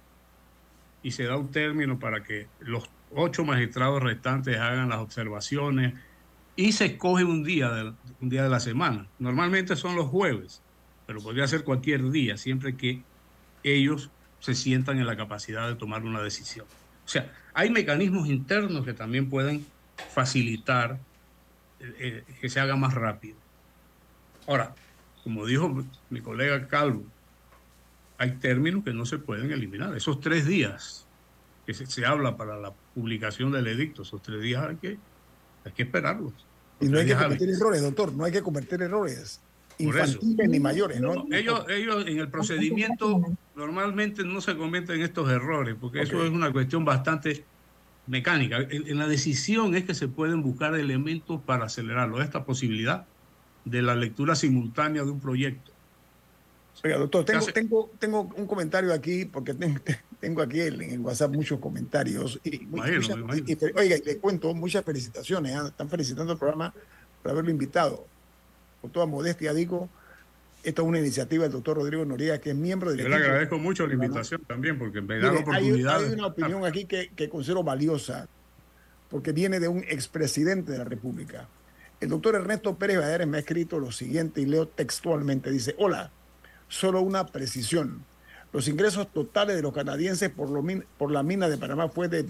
y se da un término para que los 8 magistrados restantes hagan las observaciones, y se escoge un día de la semana. Normalmente son los jueves, pero podría ser cualquier día, siempre que ellos se sientan en la capacidad de tomar una decisión. O sea, hay mecanismos internos que también pueden facilitar que se haga más rápido. Ahora, como dijo mi colega Calvo, hay términos que no se pueden eliminar. Esos 3 días que se habla para la publicación del edicto, esos 3 días hay que esperarlos. Y no hay que cometer errores, doctor, no hay que cometer errores infantiles ni mayores, ¿no? Ellos en el procedimiento normalmente no se cometen estos errores, porque eso es una cuestión bastante mecánica. En la decisión es que se pueden buscar elementos para acelerarlo. Esta posibilidad de la lectura simultánea de un proyecto. Oiga, doctor, tengo un comentario aquí, porque tengo aquí en el WhatsApp muchos comentarios. Oiga, le cuento, muchas felicitaciones. Están felicitando el programa por haberlo invitado. Con toda modestia digo, esta es una iniciativa del doctor Rodrigo Noriega, que es miembro del equipo. Yo le agradezco mucho la invitación también, porque me da la oportunidad. Hay una opinión aquí que considero valiosa, porque viene de un expresidente de la República. El doctor Ernesto Pérez Valladares me ha escrito lo siguiente, y leo textualmente. Dice: hola, solo una precisión. Los ingresos totales de los canadienses por la mina de Panamá fue de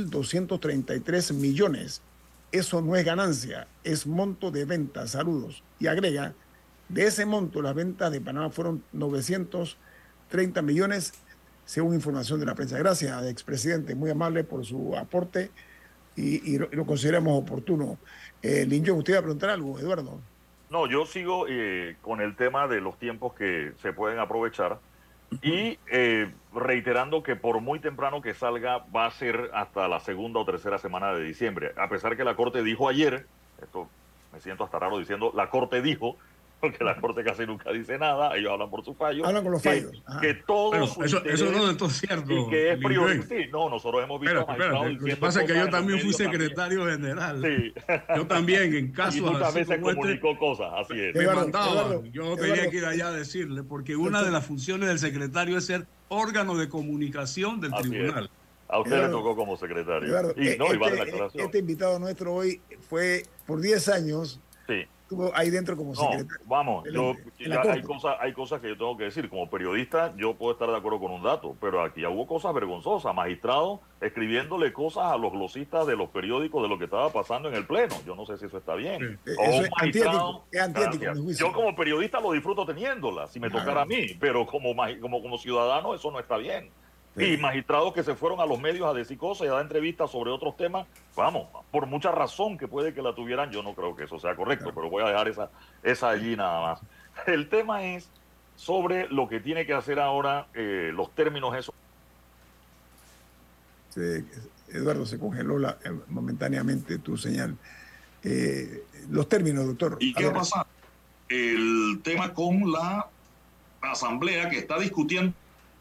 2.233 millones. Eso no es ganancia, es monto de ventas. Saludos. Y agrega, de ese monto, las ventas de Panamá fueron 930 millones, según información de la prensa. Gracias, expresidente, muy amable por su aporte y lo consideramos oportuno. Linjon, ¿usted iba a preguntar algo, Eduardo? No, yo sigo con el tema de los tiempos que se pueden aprovechar y reiterando que por muy temprano que salga va a ser hasta la 2ª o 3ª semana de diciembre. A pesar que la Corte dijo ayer, esto me siento hasta raro diciendo, la Corte dijo, porque la Corte casi nunca dice nada, ellos hablan por sus fallos. Hablan con los fallos. Que todo eso no es todo cierto. Y que es prioritario. Sí, no, nosotros hemos visto Espérate. Lo que pasa es que yo también fui secretario general. Sí. Yo también, en casos y tú también se como comunicó cosas, así es. Me mandaban, yo tenía que ir allá a decirle, porque una de las funciones del secretario es ser órgano de comunicación del tribunal. A usted le tocó como secretario. Eduardo, y no, vale la aclaración. Este invitado nuestro hoy fue por 10 años. Sí. Estuvo ahí dentro como secretario. Vamos, hay cosas que yo tengo que decir. Como periodista, yo puedo estar de acuerdo con un dato, pero aquí hubo cosas vergonzosas. Magistrados escribiéndole cosas a los glosistas de los periódicos de lo que estaba pasando en el Pleno. Yo no sé si eso está bien. Sí. Eso es antiético. Yo como periodista lo disfruto teniéndola, si me tocara a mí, pero como ciudadano eso no está bien. Sí. Y magistrados que se fueron a los medios a decir cosas y a dar entrevistas sobre otros temas, vamos, por mucha razón que puede que la tuvieran, yo no creo que eso sea correcto, pero voy a dejar esa allí nada más. El tema es sobre lo que tiene que hacer ahora, los términos esos. Sí, Eduardo, se congeló momentáneamente tu señal. Los términos, doctor. ¿Y qué va a pasar? El tema con la asamblea que está discutiendo.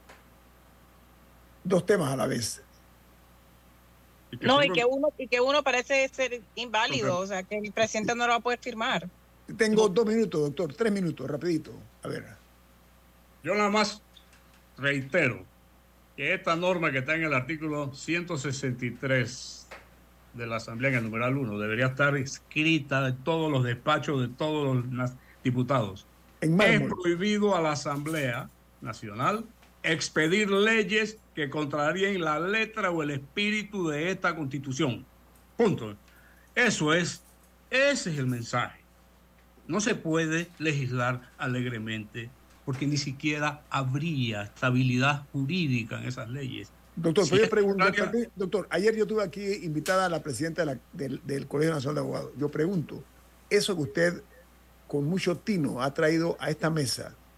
Dos temas a la vez. No, y que uno parece ser inválido, o sea, que el presidente no lo va a poder firmar. Tengo 2 minutos, doctor, 3 minutos, rapidito. A ver. Yo nada más reitero que esta norma que está en el artículo 163 de la Asamblea, en el numeral 1, debería estar escrita en todos los despachos de todos los diputados. Es prohibido a la Asamblea Nacional expedir leyes que contraríen la letra o el espíritu de esta Constitución. Punto. Ese es el mensaje. No se puede legislar alegremente porque ni siquiera habría estabilidad jurídica en esas leyes. Doctor, yo pregunto, doctor, ayer yo tuve aquí invitada a la presidenta del Colegio Nacional de Abogados. Yo pregunto, eso que usted con mucho tino ha traído a esta mesa,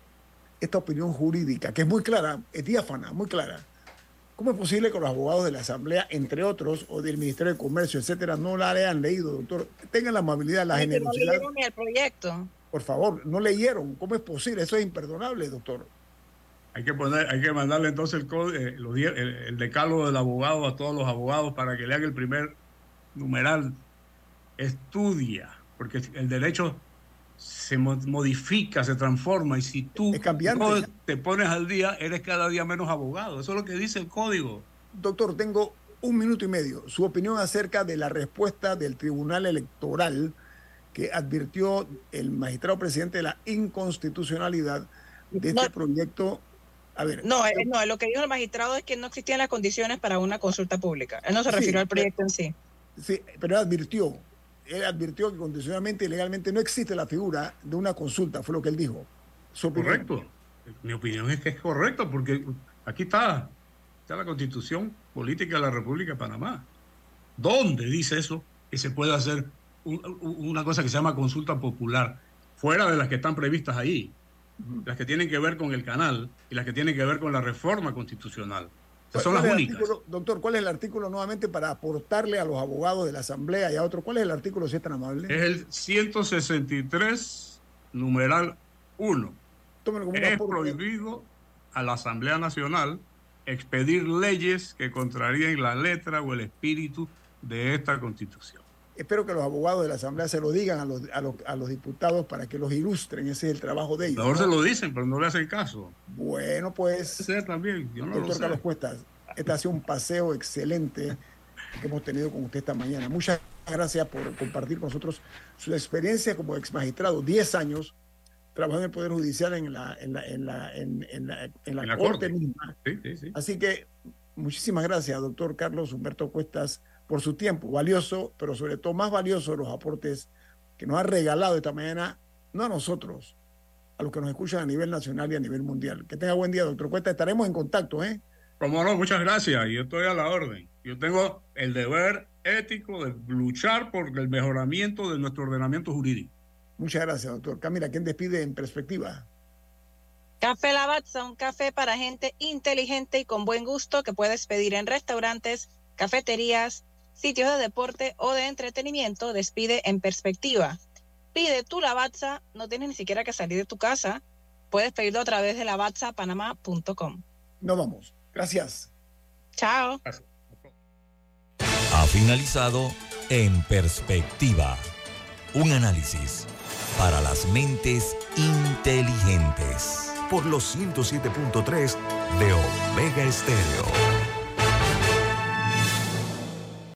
esta opinión jurídica, que es muy clara, es diáfana, muy clara. ¿Cómo es posible que los abogados de la Asamblea, entre otros, o del Ministerio de Comercio, etcétera, no la hayan leído, doctor? Tengan la amabilidad, la generosidad. No leyeron ni el proyecto. Por favor, no leyeron. ¿Cómo es posible? Eso es imperdonable, doctor. Hay que mandarle entonces el decálogo del abogado a todos los abogados para que lean el primer numeral. Estudia, porque el derecho se modifica, se transforma, y si tú no te pones al día, eres cada día menos abogado. Eso es lo que dice el código. Doctor, tengo 1 minuto y medio. Su opinión acerca de la respuesta del Tribunal Electoral que advirtió el magistrado presidente de la inconstitucionalidad de este proyecto. A ver. No, lo que dijo el magistrado es que no existían las condiciones para una consulta pública. Él no se refirió al proyecto en sí. Sí, pero él advirtió que condicionalmente y legalmente no existe la figura de una consulta, fue lo que él dijo. Correcto. Mi opinión es que es correcto, porque aquí está la Constitución Política de la República de Panamá. ¿Dónde dice eso? Que se puede hacer una cosa que se llama consulta popular, fuera de las que están previstas ahí, las que tienen que ver con el canal y las que tienen que ver con la reforma constitucional. Son las únicas. Doctor, ¿cuál es el artículo nuevamente para aportarle a los abogados de la Asamblea y a otros? ¿Cuál es el artículo, si es tan amable? Es el 163, numeral 1. Es prohibido a la Asamblea Nacional expedir leyes que contraríen la letra o el espíritu de esta Constitución. Espero que los abogados de la Asamblea se lo digan a los diputados para que los ilustren. Ese es el trabajo de ellos. Mejor se lo dicen, pero no le hacen caso. Bueno, pues... Ser también, yo no doctor lo sé. Carlos Cuestas, este ha sido un paseo excelente que hemos tenido con usted esta mañana. Muchas gracias por compartir con nosotros su experiencia como ex magistrado. 10 años trabajando en el Poder Judicial en la Corte misma. Sí. Así que muchísimas gracias, doctor Carlos Humberto Cuestas, por su tiempo valioso, pero sobre todo más valioso los aportes que nos ha regalado esta mañana, no a nosotros, a los que nos escuchan a nivel nacional y a nivel mundial. Que tenga buen día, doctor Cuestas. Estaremos en contacto, ¿eh? Como no, muchas gracias. Yo estoy a la orden. Yo tengo el deber ético de luchar por el mejoramiento de nuestro ordenamiento jurídico. Muchas gracias, doctor. Camila, ¿quién despide en perspectiva? Café Lavazza, un café para gente inteligente y con buen gusto que puedes pedir en restaurantes, cafeterías, sitios de deporte o de entretenimiento. Despide en perspectiva. Pide tu Lavazza, no tienes ni siquiera que salir de tu casa. Puedes pedirlo a través de lavazzapanamá.com. Nos vamos. Gracias. Chao. Ha finalizado En Perspectiva, un análisis para las mentes inteligentes. Por los 107.3 de Omega Estéreo.